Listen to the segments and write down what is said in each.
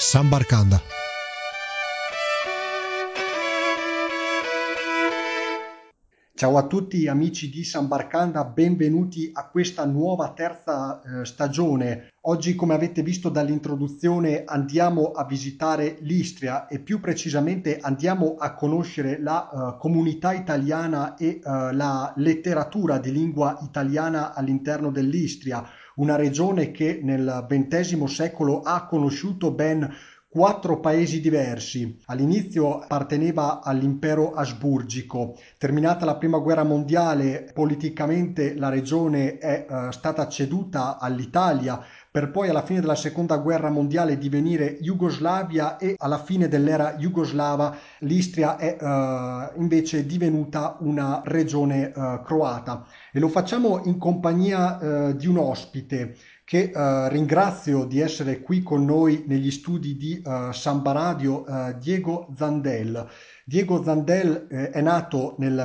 Sambarcanda. Ciao a tutti amici di Sambarcanda, benvenuti a questa nuova terza stagione. Oggi, come avete visto dall'introduzione, andiamo a visitare l'Istria e più precisamente andiamo a conoscere la comunità italiana e la letteratura di lingua italiana all'interno dell'Istria, una regione che nel XX secolo ha conosciuto ben quattro paesi diversi. All'inizio apparteneva all'impero asburgico. Terminata la prima guerra mondiale, politicamente la regione è stata ceduta all'Italia per poi alla fine della seconda guerra mondiale divenire Jugoslavia e alla fine dell'era jugoslava l'Istria è invece divenuta una regione croata e lo facciamo in compagnia di un ospite che ringrazio di essere qui con noi negli studi di Samba Radio, Diego Zandel. Diego Zandel è nato nel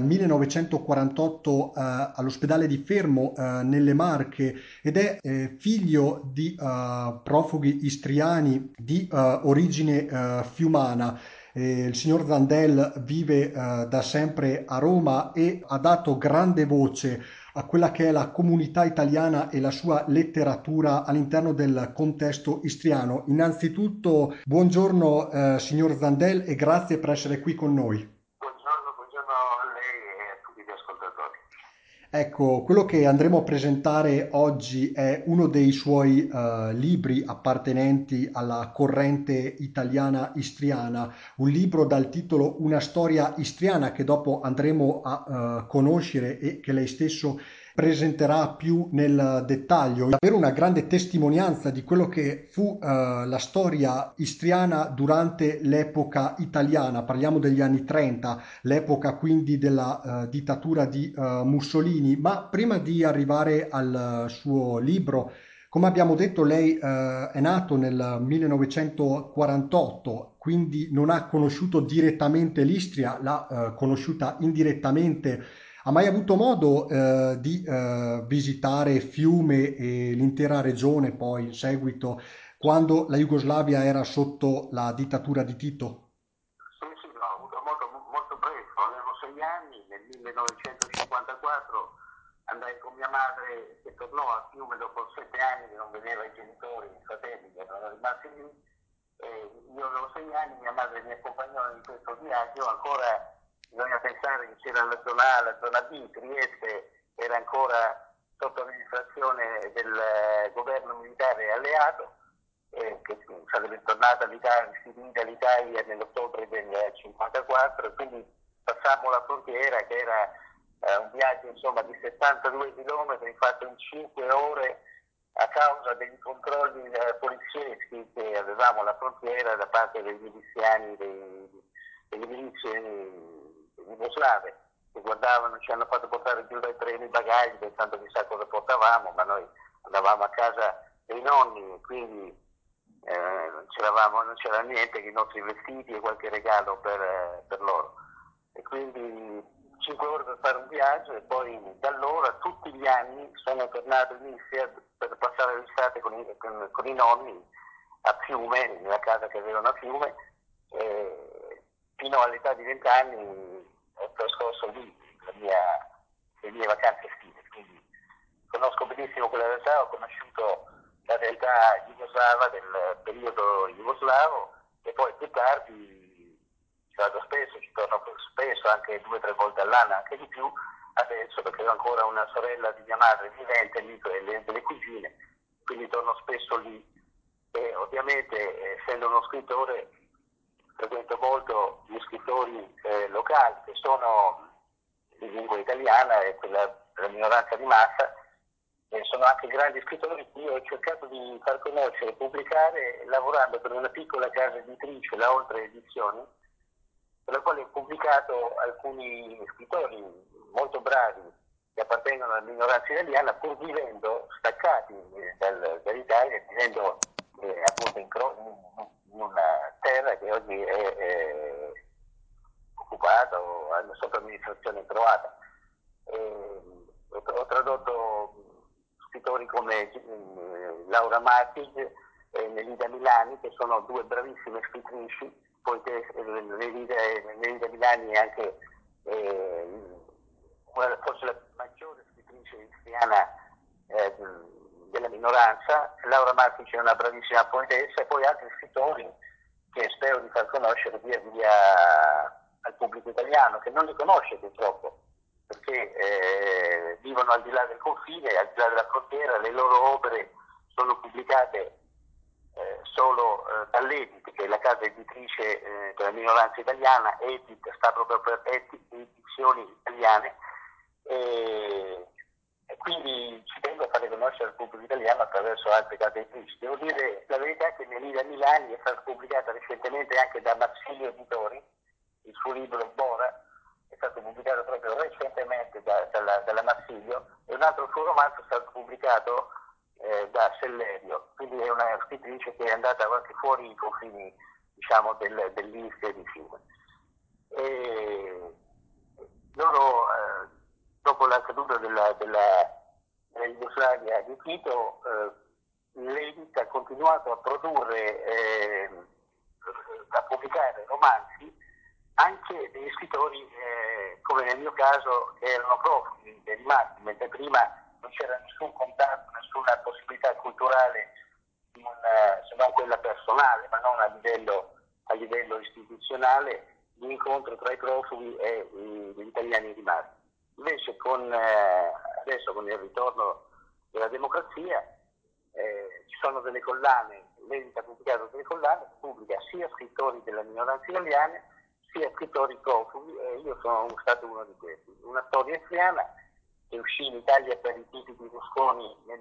1948 all'ospedale di Fermo nelle Marche ed è figlio di profughi istriani di origine fiumana. Il signor Zandel vive da sempre a Roma e ha dato grande voce a quella che è la comunità italiana e la sua letteratura all'interno del contesto istriano. Innanzitutto, buongiorno signor Zandel e grazie per essere qui con noi. Buongiorno a lei e a tutti gli ascoltatori. Ecco, quello che andremo a presentare oggi è uno dei suoi libri appartenenti alla corrente italiana istriana, un libro dal titolo Una storia istriana che dopo andremo a conoscere e che lei stesso presenterà più nel dettaglio. Davvero una grande testimonianza di quello che fu la storia istriana durante l'epoca italiana, parliamo degli anni 30, l'epoca quindi della dittatura di Mussolini, ma prima di arrivare al suo libro, come abbiamo detto, lei è nato nel 1948, quindi non ha conosciuto direttamente l'Istria, l'ha conosciuta indirettamente. Ha mai avuto modo di visitare Fiume e l'intera regione poi in seguito, quando la Jugoslavia era sotto la dittatura di Tito? Sì, no, ho avuto molto presto, avevo 6 anni, nel 1954 andai con mia madre che tornò a Fiume dopo 7 anni che non vedeva i genitori, i fratelli che erano rimasti lì. Io avevo 6 anni, mia madre mi accompagnò in questo viaggio, ancora bisogna pensare che c'era la zona A, la zona B, Trieste era ancora sotto amministrazione del governo militare alleato, che sarebbe tornata all'Italia, istituita l'Italia nell'ottobre del 54, e quindi passammo la frontiera che era un viaggio insomma di 72 km fatto in 5 ore a causa degli controlli polizieschi che avevamo alla frontiera da parte dei miliziani, delle milizie jugoslave che guardavano, ci hanno fatto portare giù dai treni i bagagli pensando chissà cosa portavamo, ma noi andavamo a casa dei nonni, quindi non c'era niente che i nostri vestiti e qualche regalo per loro. E quindi 5 ore per fare un viaggio e poi da allora tutti gli anni sono tornato in Istria per passare l'estate con i nonni a Fiume, nella casa che avevano a Fiume, fino all'età di 20 anni ho trascorso lì le mie vacanze estive. Quindi conosco benissimo quella realtà, ho conosciuto la realtà jugoslava del periodo jugoslavo e poi più tardi ci vado spesso, ci torno spesso, anche 2 o 3 volte all'anno, anche di più adesso perché ho ancora una sorella di mia madre vivente lì e delle cugine, quindi torno spesso lì e ovviamente essendo uno scrittore frequento molto gli scrittori locali che sono di lingua italiana e quella della minoranza di massa sono anche grandi scrittori che io ho cercato di far conoscere e pubblicare lavorando per una piccola casa editrice, la Oltre Edizioni, per la quale ho pubblicato alcuni scrittori molto bravi che appartengono alla minoranza italiana pur vivendo staccati dall'Italia, vivendo appunto in una terra che oggi è occupata o sotto amministrazione croata. Ho tradotto scrittori come Laura Martic, e Nelida Milani, che sono due bravissime scrittrici, poiché Nelida Milani è anche forse la maggiore scrittrice istriana della minoranza, Laura Martic è una bravissima poetessa, e poi altri scrittori che spero di far conoscere via via al pubblico italiano, che non li conosce purtroppo, perché vivono al di là del confine, al di là della frontiera. Le loro opere sono pubblicate solo dall'Edit, che è la casa editrice della minoranza italiana. Edit sta proprio per edizioni italiane, e quindi ci tengo a fare conoscere al pubblico italiano attraverso altre case editrici. Devo dire la verità che Nelida Milani è stata pubblicata recentemente anche da Marsilio Editori, il suo libro Bora è stato pubblicato proprio recentemente dalla Marsilio, e un altro suo romanzo è stato pubblicato da Sellerio, quindi è una scrittrice che è andata anche fuori i confini, diciamo, dell'Istria e di Fiume. E loro, dopo la caduta della Jugoslavia di Tito, l'Edit ha continuato a produrre, a pubblicare romanzi anche degli scrittori, come nel mio caso, che erano profughi rimasti, mentre prima non c'era nessun contatto, nessuna possibilità culturale, se non quella personale, ma non a livello istituzionale, di incontro tra i profughi e gli italiani rimasti. Invece adesso con il ritorno della democrazia ci sono delle collane, l'Edit ha pubblicato delle collane, pubblica sia scrittori della minoranza italiana sia scrittori profughi, e io sono stato uno di questi. Una storia istriana che uscì in Italia per i tipi di Rusconi nel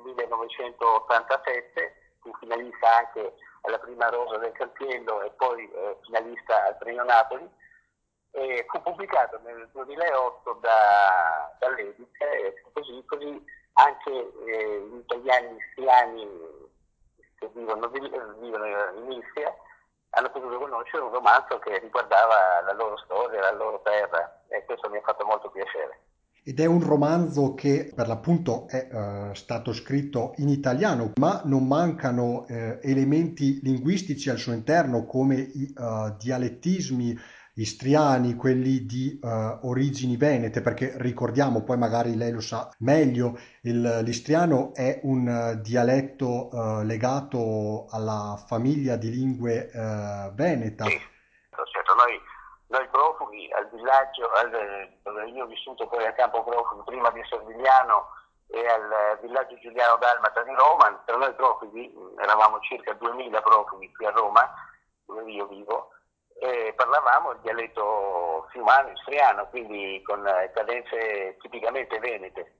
1987, fu finalista anche alla prima rosa del Campiello e poi finalista al Premio Napoli, e fu pubblicato nel 2008 dall'Edit, così anche gli italiani istriani che vivono in Istria hanno potuto conoscere un romanzo che riguardava la loro storia, la loro terra, e questo mi ha fatto molto piacere. Ed è un romanzo che per l'appunto è stato scritto in italiano, ma non mancano elementi linguistici al suo interno come i dialettismi istriani, quelli di origini venete, perché ricordiamo, poi magari lei lo sa meglio, l'istriano è un dialetto legato alla famiglia di lingue veneta. Sì, certo, noi profughi al villaggio, dove io ho vissuto poi al campo profughi prima di Servigliano e al villaggio Giuliano Dalmata di Roma, per noi profughi eravamo circa 2000 profughi qui a Roma, dove io vivo, e parlavamo il dialetto fiumano, istriano, quindi con cadenze tipicamente venete.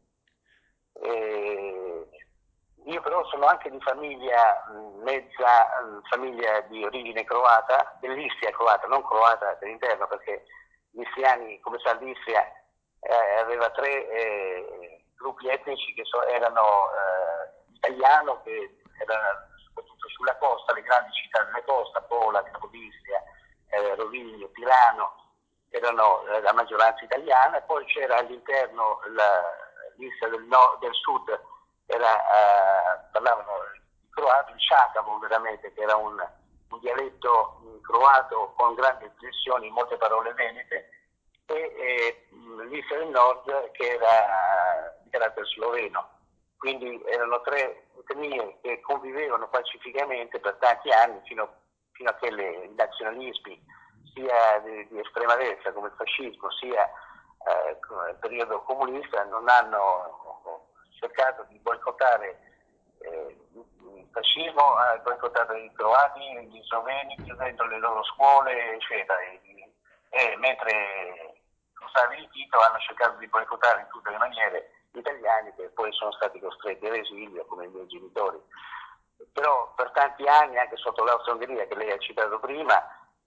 E io però sono anche di famiglia, mezza famiglia di origine croata, dell'Istria croata, non croata dell'interno, perché gli istriani, come sa, l'Istria aveva tre gruppi etnici che erano l'italiano, che era soprattutto sulla costa, le grandi città della costa, Pola, Capodistria, Roviglio, Tirano, erano la maggioranza italiana, e poi c'era all'interno l'Istria del sud, parlavano il croato, il ciacamo veramente, che era un dialetto croato con grandi espressioni, molte parole venete, e l'Istria del nord che era di carattere sloveno. Quindi erano tre etnie che convivevano pacificamente per tanti anni, fino a che i nazionalismi, sia di estrema destra come il fascismo, sia il periodo comunista, non hanno cercato di boicottare il fascismo, ha boicottato i croati, gli sloveni, chiudendo le loro scuole, eccetera. E mentre con Salvini e Tito hanno cercato di boicottare in tutte le maniere gli italiani, che poi sono stati costretti all'esilio come i miei genitori. Però per tanti anni, anche sotto l'Austria-Ungheria che lei ha citato prima,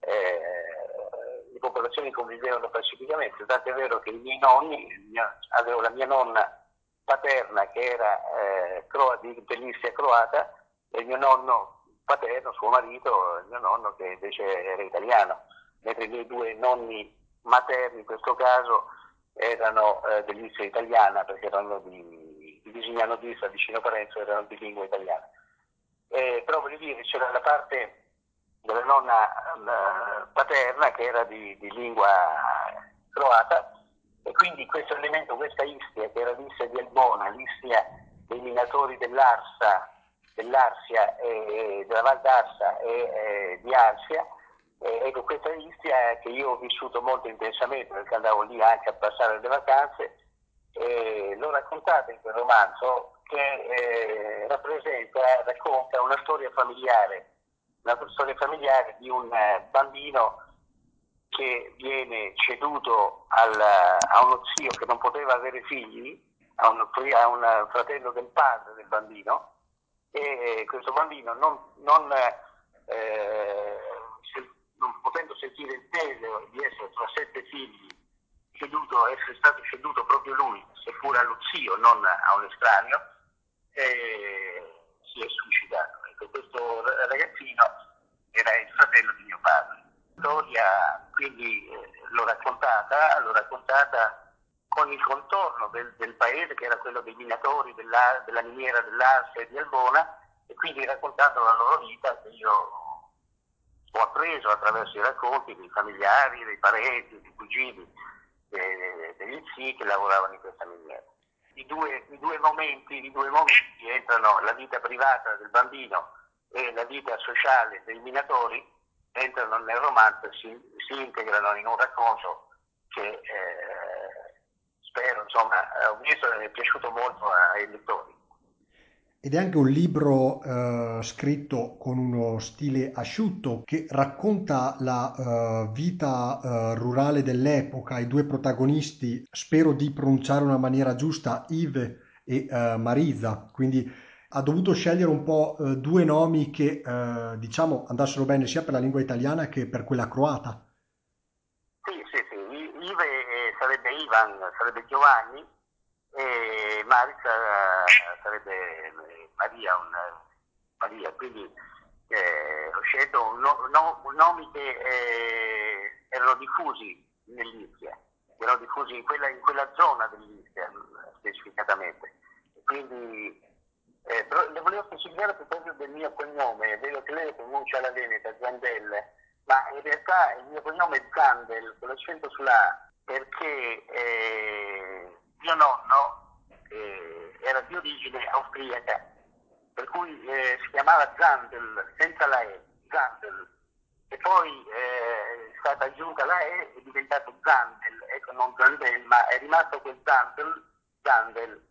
le popolazioni convivevano pacificamente, tanto è vero che i miei nonni, avevo la mia nonna paterna che era dell'Istria croata, e il mio nonno paterno, suo marito, il mio nonno che invece era italiano, mentre i miei due nonni materni in questo caso erano dell'Istria italiana, perché erano di Visignano d'Istria, vicino Parenzo, erano di lingua italiana. però voglio dire, c'era la parte della nonna paterna che era di lingua croata, e quindi questo elemento, questa Istria, che era l'Istria di Elbona, l'Istria dei minatori dell'Arsia, della Val d'Arsa e di Arsia, ecco, questa Istria che io ho vissuto molto intensamente perché andavo lì anche a passare le vacanze, l'ho raccontata in quel romanzo che racconta una storia familiare di un bambino che viene ceduto a uno zio che non poteva avere figli, a un fratello del padre del bambino, e questo bambino non potendo sentire il peso di essere tra 7 figli, essere stato ceduto proprio lui, seppur allo zio, non a un estraneo, si è suicidato. Ecco, questo ragazzino era il fratello di mio padre. La storia quindi l'ho raccontata con il contorno del paese, che era quello dei minatori della miniera dell'Arsia e di Elbona, e quindi raccontando la loro vita che io ho appreso attraverso i racconti dei familiari, dei parenti, dei cugini, degli zii che lavoravano in questa miniera. I due momenti entrano, la vita privata del bambino e la vita sociale dei minatori, entrano nel romanzo e si integrano in un racconto che spero, insomma, ho visto e è piaciuto molto ai lettori. Ed è anche un libro scritto con uno stile asciutto che racconta la vita rurale dell'epoca. I due protagonisti, spero di pronunciare una maniera giusta, Yves e Marisa, quindi ha dovuto scegliere un po' due nomi che diciamo andassero bene sia per la lingua italiana che per quella croata. Sì, sì, sì, Ive sarebbe Ivan, sarebbe Giovanni, e Marisa sarebbe Maria, Maria, quindi ho scelto nomi che erano diffusi nell'Istria, erano diffusi in quella zona dell'Istria specificatamente. Quindi, però le volevo specificare a proposito del mio cognome, vedo che lei lo pronuncia alla veneta, Zandel, ma in realtà il mio cognome è Zandel, con l'accento sulla A, perché mio nonno era di origine austriaca, per cui si chiamava Zandel, senza la E, Zandel, e poi è stata aggiunta la E, è diventato Zandel, ecco, non Zandel, ma è rimasto quel Zandel.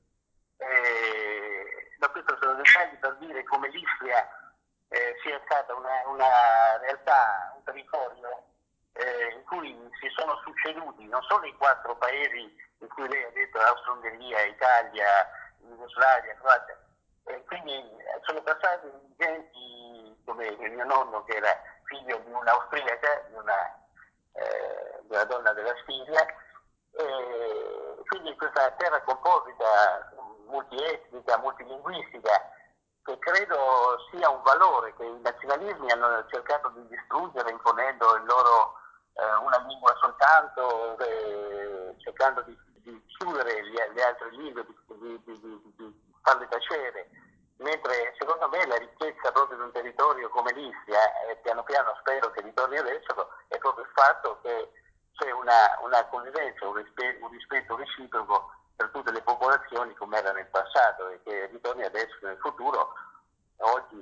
Da questo sono dettagli per dire come l'Istria sia stata una realtà, un territorio in cui si sono succeduti non solo i 4 paesi in cui lei ha detto Austria-Ungheria, Italia, Jugoslavia, Croazia, quindi sono passati gente come il mio nonno, che era figlio di un'austriaca, di una donna della Stiria, e quindi questa terra composita, multietnica, multilinguistica, che credo sia un valore che i nazionalismi hanno cercato di distruggere imponendo una lingua soltanto, cercando di chiudere le altre lingue, di farle tacere, mentre secondo me la ricchezza proprio di un territorio come l'Istria, e piano piano spero che ritorni adesso, è proprio il fatto che c'è una convivenza, un rispetto reciproco per tutte le popolazioni come era nel passato, e che ritorni adesso nel futuro. Oggi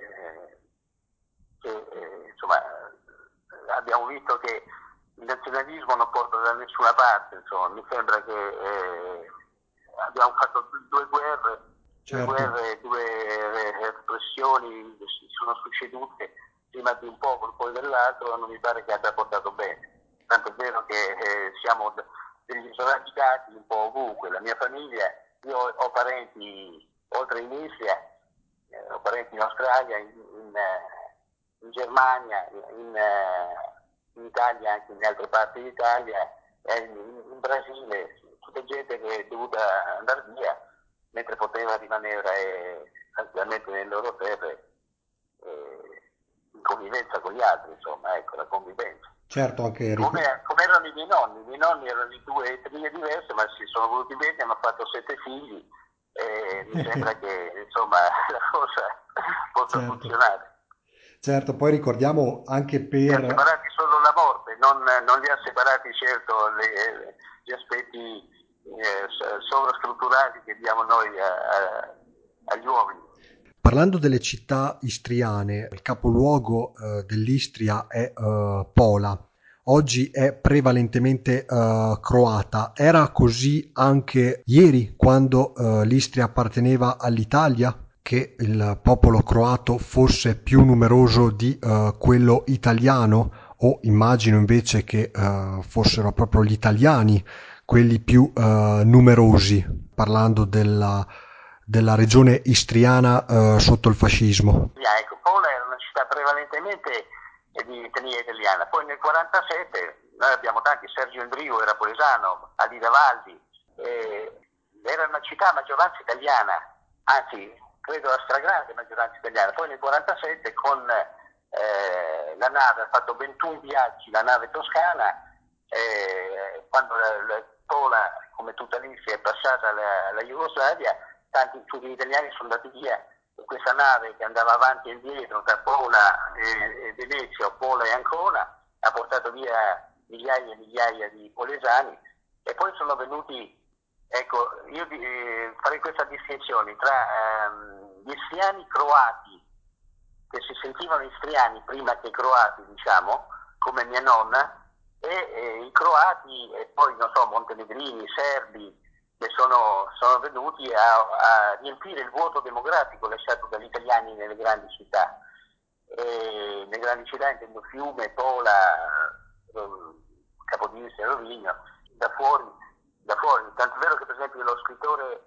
insomma, abbiamo visto che il nazionalismo non porta da nessuna parte, insomma, mi sembra che abbiamo fatto due Certo. guerre, due espressioni si sono succedute prima di un popolo, poi dell'altro, non mi pare che abbia portato bene. Tanto è vero che siamo degli sradicati un po' ovunque. La mia famiglia, io ho parenti oltre in Istria, ho parenti in Australia, in Germania, in Italia, anche in altre parti d'Italia, in Brasile, tutta gente che è dovuta andare via mentre poteva rimanere tranquillamente nelle loro terre, in convivenza con gli altri, insomma, ecco, la convivenza. Certo, anche Come erano i miei nonni erano di 2 etnie diverse, ma si sono voluti bene, hanno fatto 7 figli, e mi sembra che insomma la cosa possa certo, funzionare. certo, poi ricordiamo anche Li ha per... separati solo la morte, non li ha separati certo gli aspetti sovrastrutturali che diamo noi agli uomini. Parlando delle città istriane, il capoluogo dell'Istria è Pola, oggi è prevalentemente croata. Era così anche ieri, quando l'Istria apparteneva all'Italia, che il popolo croato fosse più numeroso di quello italiano, o immagino invece che fossero proprio gli italiani quelli più numerosi, parlando della regione istriana sotto il fascismo. Ecco, Pola era una città prevalentemente di etnia italiana. Poi nel 1947 noi abbiamo tanti, Sergio Endrigo era polesano, Alida Valdi, era una città a maggioranza italiana, anzi credo la stragrande maggioranza italiana. Poi nel 1947 con la nave ha fatto 21 viaggi, la nave toscana, quando Pola, come tutta l'Istria, è passata alla Jugoslavia, tanti studi italiani sono andati via. Questa nave che andava avanti e indietro tra Pola e Venezia, o Pola e Ancona, ha portato via migliaia e migliaia di polesani, e poi sono venuti, ecco, io farei questa distinzione tra gli istriani croati, che si sentivano istriani prima che croati, diciamo, come mia nonna, e i croati, e poi non so, montenegrini, serbi, che sono venuti a riempire il vuoto demografico lasciato dagli italiani nelle grandi città. E nelle grandi città intendo Fiume, Pola, Capodistria, Rovigno, da fuori. Tanto è vero che per esempio lo scrittore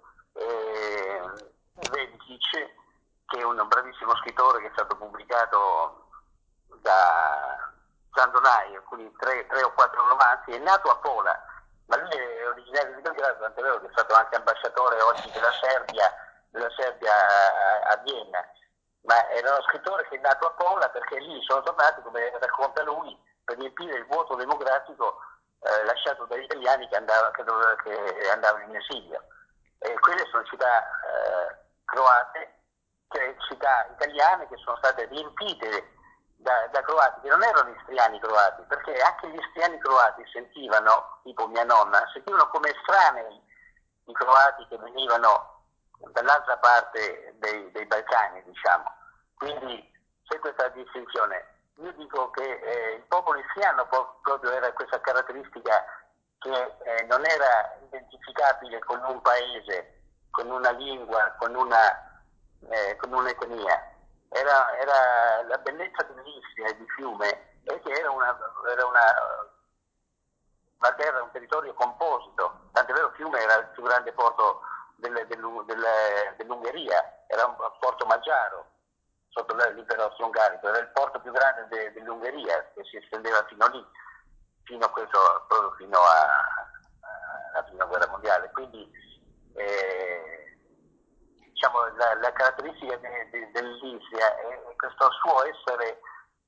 Velicic, che è un bravissimo scrittore che è stato pubblicato da Zandonai, alcuni tre o quattro romanzi, è nato a Pola, ma lui è originario di Belgrado, tanto è vero che è stato anche ambasciatore oggi della Serbia a Vienna, ma era uno scrittore che è nato a Pola perché lì sono tornati, come racconta lui, per riempire il vuoto demografico lasciato dagli italiani che andavano in esilio. E quelle sono città croate, cioè città italiane che sono state riempite da croati che non erano istriani croati, perché anche gli istriani croati sentivano, tipo mia nonna, sentivano come estranei i croati che venivano dall'altra parte dei Balcani, diciamo. Quindi c'è questa distinzione. Io dico che il popolo istriano proprio era questa caratteristica che non era identificabile con un paese, con una lingua, con un'etnia. Era la bellezza dell'Istria e di Fiume, e che una terra, un territorio composito. Tant'è vero, Fiume era il più grande porto dell'Ungheria, era un porto magiaro sotto l'impero austro-ungarico, era il porto più grande dell'Ungheria, che si estendeva fino lì, proprio fino alla prima guerra mondiale. Quindi diciamo, la caratteristica dell'Istria è questo suo essere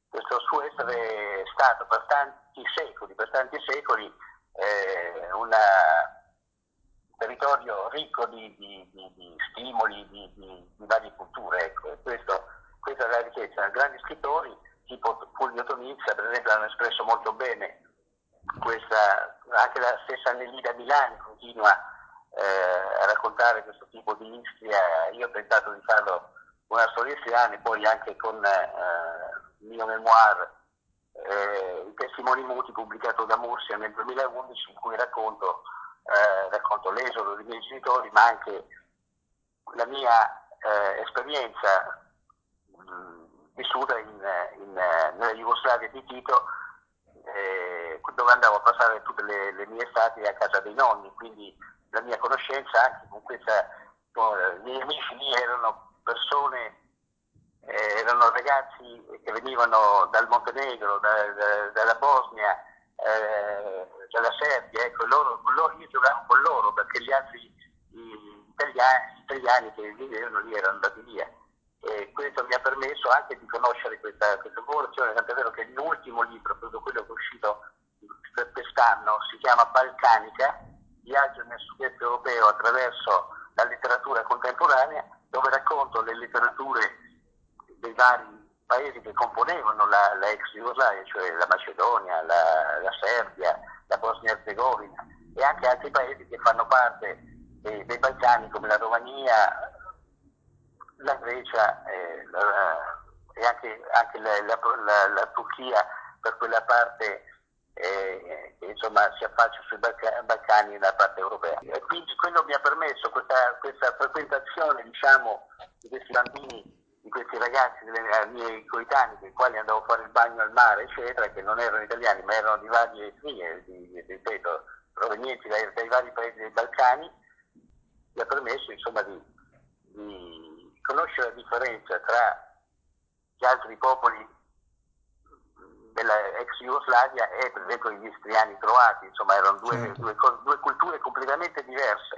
stato per tanti secoli un territorio ricco di stimoli di varie culture, ecco. E questa è la ricchezza. Grandi scrittori tipo Fulvio Tonizza, per esempio, hanno espresso molto bene questa. Anche la stessa Annelida Milani continua a raccontare questo tipo di Istria. Io ho tentato di farlo con una storia istriana, e poi anche con il mio memoir I testimoni muti, pubblicato da Mursia nel 2011, in cui racconto l'esodo dei miei genitori, ma anche la mia esperienza vissuta nella Jugoslavia di Tito, dove andavo a passare tutte le mie estati a casa dei nonni, quindi la mia conoscenza anche con i miei amici lì erano persone, erano ragazzi che venivano dal Montenegro, dalla Bosnia, dalla Serbia, ecco, io giocavo con loro perché gli altri italiani che vivevano lì erano andati via. E questo mi ha permesso anche di conoscere questa popolazione, tant'è vero che l'ultimo libro, proprio quello che è uscito quest'anno, si chiama Balcanica, viaggio nel sud-est europeo attraverso la letteratura contemporanea, dove racconto le letterature dei vari paesi che componevano la ex Jugoslavia, cioè la Macedonia, la Serbia, la Bosnia-Herzegovina e anche altri paesi che fanno parte dei Balcani come la Romania, la Grecia e anche la Turchia per quella parte che insomma si affaccia sui Balcani nella parte europea. E quindi quello mi ha permesso questa frequentazione, diciamo, di questi bambini, di questi ragazzi, dei miei coetanei, con i quali andavo a fare il bagno al mare, eccetera, che non erano italiani, ma erano di varie etnie, ripeto, provenienti dai vari paesi dei Balcani, mi ha permesso, insomma, di conoscere la differenza tra gli altri popoli della ex Jugoslavia e per esempio gli istriani croati, insomma erano due culture completamente diverse,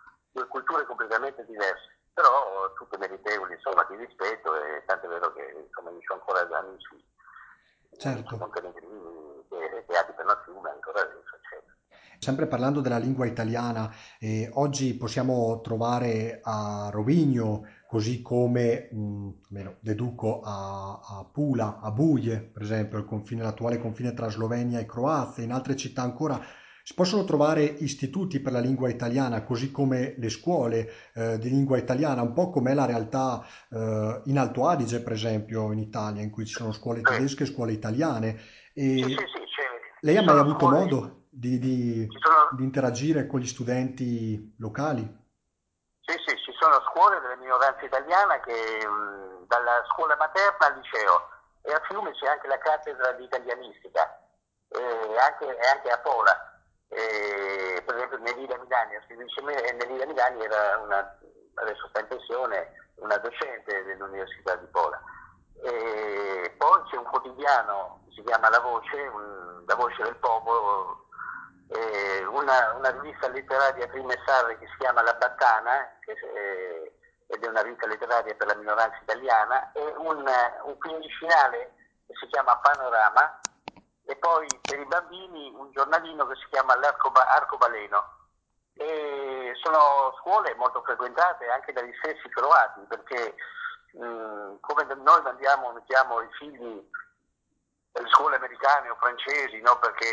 però tutte meritevoli, insomma, di rispetto, e tanto è vero che insomma io ho ancora amici Certo. montenegrini che abitano a Fiume ancora adesso, eccetera. Sempre parlando della lingua italiana, oggi possiamo trovare a Rovigno, così come, almeno deduco, a Pula, a Buje, per esempio, l'attuale confine tra Slovenia e Croazia, in altre città ancora, si possono trovare istituti per la lingua italiana, così come le scuole, di lingua italiana, un po' com'è la realtà, in Alto Adige, per esempio, in Italia, in cui ci sono scuole Sì, tedesche e scuole italiane. sì, E sì, sì, lei ci ha mai sono avuto scuole, modo ci sono, di interagire con gli studenti locali? sì, sì, ci sono scuole della minoranza italiana che dalla scuola materna al liceo, e a Fiume c'è anche la cattedra di italianistica e anche a Pola. Per esempio Nelida Milani, Nelida Milani era adesso sta in pensione, una docente dell'Università di Pola. E poi c'è un quotidiano che si chiama La Voce del Popolo, una rivista letteraria trimestrale che si chiama La Battana, ed è una rivista letteraria per la minoranza italiana, e un quindicinale che si chiama Panorama, e poi per i bambini un giornalino che si chiama Arcobaleno. E sono scuole molto frequentate anche dagli stessi croati, perché come noi mettiamo i figli nelle scuole americane o francesi, no? Perché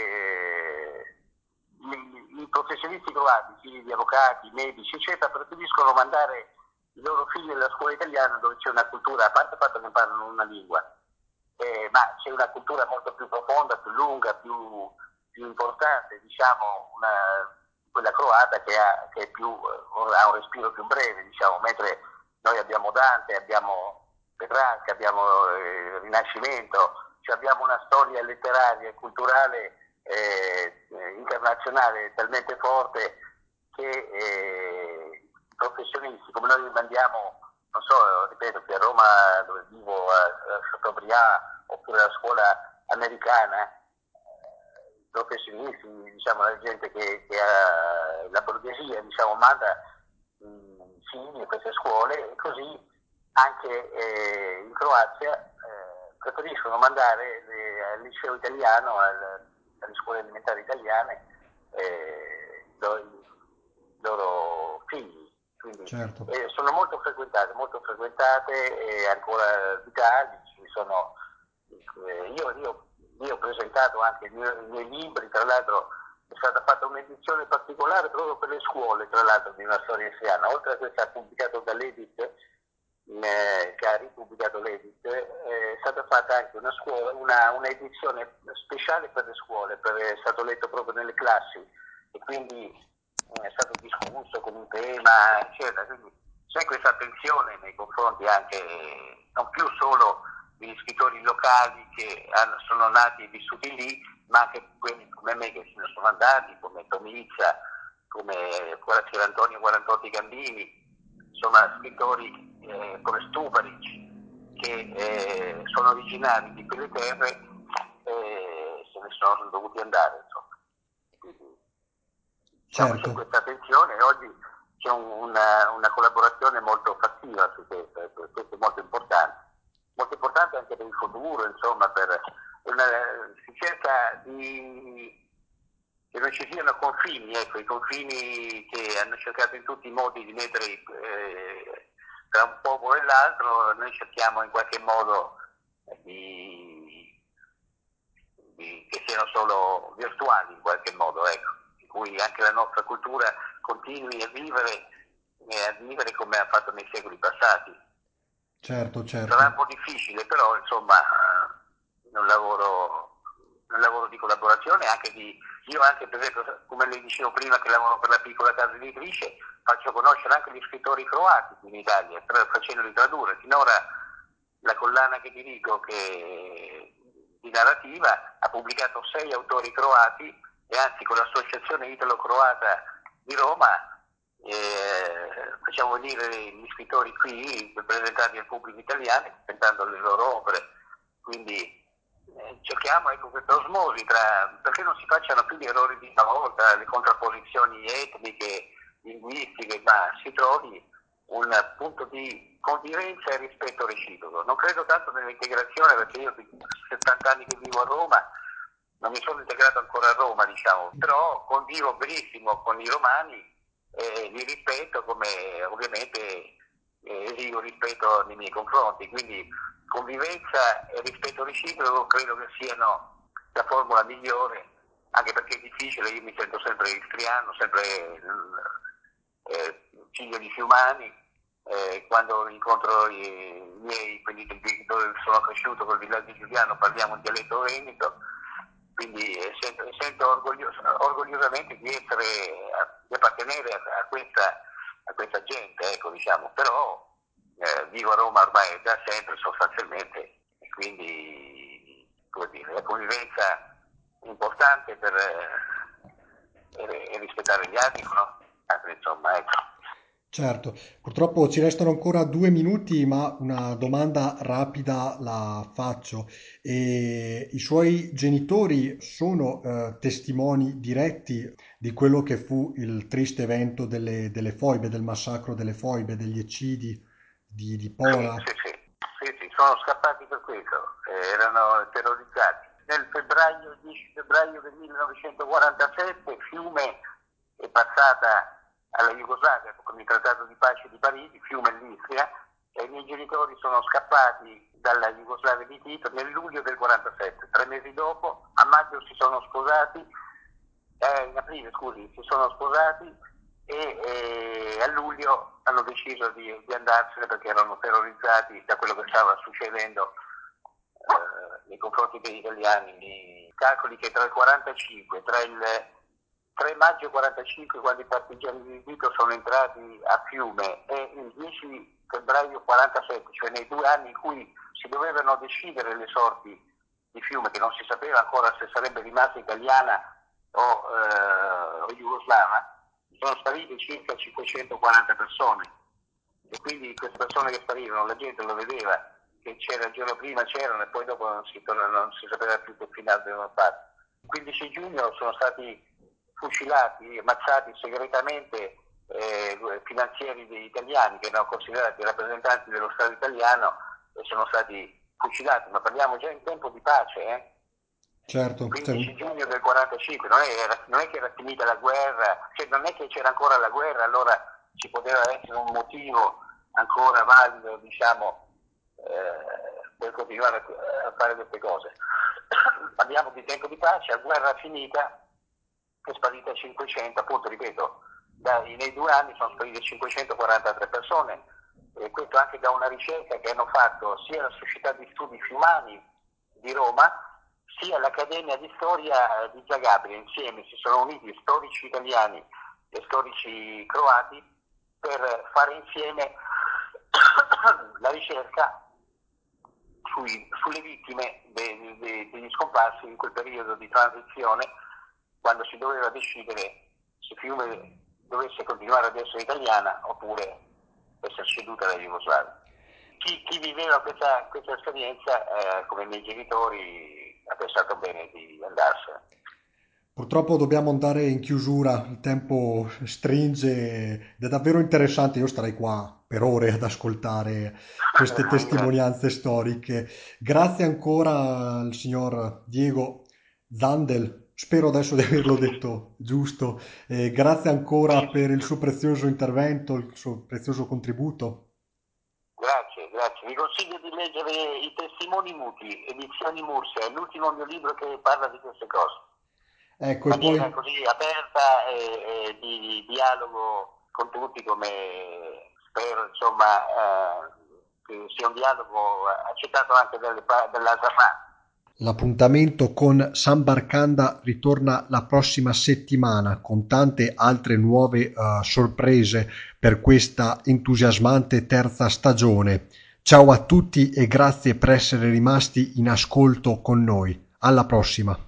i professionisti croati, figli di avvocati, medici, eccetera, preferiscono mandare i loro figli nella scuola italiana, dove c'è una cultura, a parte il fatto che parlano una lingua, ma c'è una cultura molto più profonda, più lunga, più importante, diciamo, quella croata che ha un respiro più breve, diciamo, mentre noi abbiamo Dante, abbiamo Petrarca, abbiamo il Rinascimento, cioè abbiamo una storia letteraria e culturale internazionale talmente forte che i professionisti, come noi mandiamo, non so, ripeto, qui a Roma dove vivo, a Chateaubriand, oppure alla scuola americana, i professionisti, diciamo la gente che ha la borghesia, diciamo, manda figli a queste scuole, e così anche in Croazia preferiscono mandare al liceo italiano, alle scuole elementari italiane, i loro figli. Quindi Certo. sono molto frequentate e ancora vitali. Io ho presentato anche i miei libri, tra l'altro è stata fatta un'edizione particolare proprio per le scuole, tra l'altro, di una storia istriana, oltre a questa pubblicato dall'Edit, che ha ripubblicato l'Edit, è stata fatta anche una edizione speciale per le scuole, è stato letto proprio nelle classi, e quindi è stato discusso con un tema, eccetera. Quindi c'è questa attenzione nei confronti anche non più solo degli scrittori locali che sono nati e vissuti lì, ma anche quelli come me che se ne sono andati, come Tomizza, come c'era Antonio Guarantotti Gambini, insomma scrittori come Stuparic, che sono originari di quelle terre, se ne sono dovuti andare, insomma. Quindi, diciamo, c'è Certo. questa attenzione, e oggi c'è una collaborazione molto fattiva su questo, e questo è molto importante anche per il futuro, insomma, si cerca che non ci siano confini, ecco, i confini che hanno cercato in tutti i modi di mettere tra un popolo e l'altro noi cerchiamo in qualche modo di, che siano solo virtuali in qualche modo, ecco, in cui anche la nostra cultura continui a vivere come ha fatto nei secoli passati. Certo, Sarà un certo. po' difficile, però insomma un lavoro di collaborazione, io anche per esempio, come le dicevo prima che lavoro per la piccola casa editrice, faccio conoscere anche gli scrittori croati in Italia, facendoli tradurre. Finora la collana che dirigo di narrativa ha pubblicato 6 autori croati e anzi con l'associazione italo-croata di Roma facciamo venire gli scrittori qui presentati al pubblico italiano presentando le loro opere, quindi cerchiamo ecco, questa osmosi perché non si facciano più gli errori di una volta, le contrapposizioni etniche, linguistiche, ma si trovi un punto di convivenza e rispetto reciproco. Non credo tanto nell'integrazione perché io di 70 anni che vivo a Roma non mi sono integrato ancora a Roma, diciamo, però convivo benissimo con i romani e li rispetto come ovviamente esigo rispetto nei miei confronti, quindi convivenza e rispetto reciproco credo che siano la formula migliore, anche perché è difficile, io mi sento sempre istriano, sempre figlio di fiumani, quando incontro i miei, quelli dove sono cresciuto, col villaggio di Giuliano, parliamo un dialetto veneto, quindi sento orgogliosamente di appartenere a questa gente, ecco, diciamo, però vivo a Roma ormai da sempre sostanzialmente e quindi come dire, la convivenza è importante per rispettare gli altri, no? Insomma, ecco. Certo, purtroppo ci restano ancora 2 minuti, ma una domanda rapida la faccio. I suoi genitori sono testimoni diretti di quello che fu il triste evento delle foibe, del massacro delle foibe, degli eccidi di Sì, Pola? sì, sì, sì, sono scappati per questo, erano terrorizzati. Nel 10 febbraio del 1947 Fiume è passata alla Jugoslavia con il Trattato di pace di Parigi, Fiume e l'Istria, e i miei genitori sono scappati dalla Jugoslavia di Tito nel luglio del 47. 3 mesi dopo, a maggio si sono sposati, in aprile scusi, si sono sposati e a luglio hanno deciso di andarsene perché erano terrorizzati da quello che stava succedendo nei confronti degli italiani. I calcoli che tra il 45, tra il 3 maggio 45 quando i partigiani di Tito sono entrati a Fiume e il 10 febbraio 47, cioè nei 2 anni in cui si dovevano decidere le sorti di Fiume, che non si sapeva ancora se sarebbe rimasta italiana o jugoslava, sono sparite circa 540 persone e quindi queste persone che sparivano, la gente lo vedeva, che c'era il giorno prima c'erano e poi dopo non si sapeva più che fine avevano fatto. Il 15 giugno sono stati fucilati, ammazzati segretamente finanzieri degli italiani che erano considerati rappresentanti dello Stato italiano e sono stati fucilati, ma parliamo già in tempo di pace, 15 giugno del 45, non è che era finita la guerra, cioè non è che c'era ancora la guerra, allora ci poteva essere un motivo ancora valido, diciamo, per continuare a fare queste cose. Parliamo di tempo di pace, a guerra finita è sparita 500, appunto ripeto, nei 2 anni sono sparite 543 persone, e questo anche da una ricerca che hanno fatto sia la Società di Studi Fiumani di Roma, sia l'Accademia di Storia di Zagabria. Insieme si sono uniti storici italiani e storici croati per fare insieme la ricerca sulle vittime degli scomparsi in quel periodo di transizione, quando si doveva decidere se Fiume dovesse continuare ad essere italiana oppure essere ceduta alla Jugoslavia. Chi viveva questa esperienza, come i miei genitori, ha pensato bene di andarsene. Purtroppo dobbiamo andare in chiusura, il tempo stringe ed è davvero interessante. Io starei qua per ore ad ascoltare queste testimonianze storiche. Grazie ancora al signor Diego Zandel, spero adesso di averlo detto giusto. Grazie ancora per il suo prezioso intervento, il suo prezioso contributo. Vi consiglio di leggere I Testimoni Muti, edizioni Mursia, è l'ultimo mio libro che parla di queste cose, Ecco, in e maniera poi così aperta e di dialogo con tutti, come spero insomma che sia un dialogo accettato anche dall'altra parte. l'appuntamento con Sambarcanda ritorna la prossima settimana con tante altre nuove sorprese per questa entusiasmante terza stagione. Ciao a tutti e grazie per essere rimasti in ascolto con noi. Alla prossima.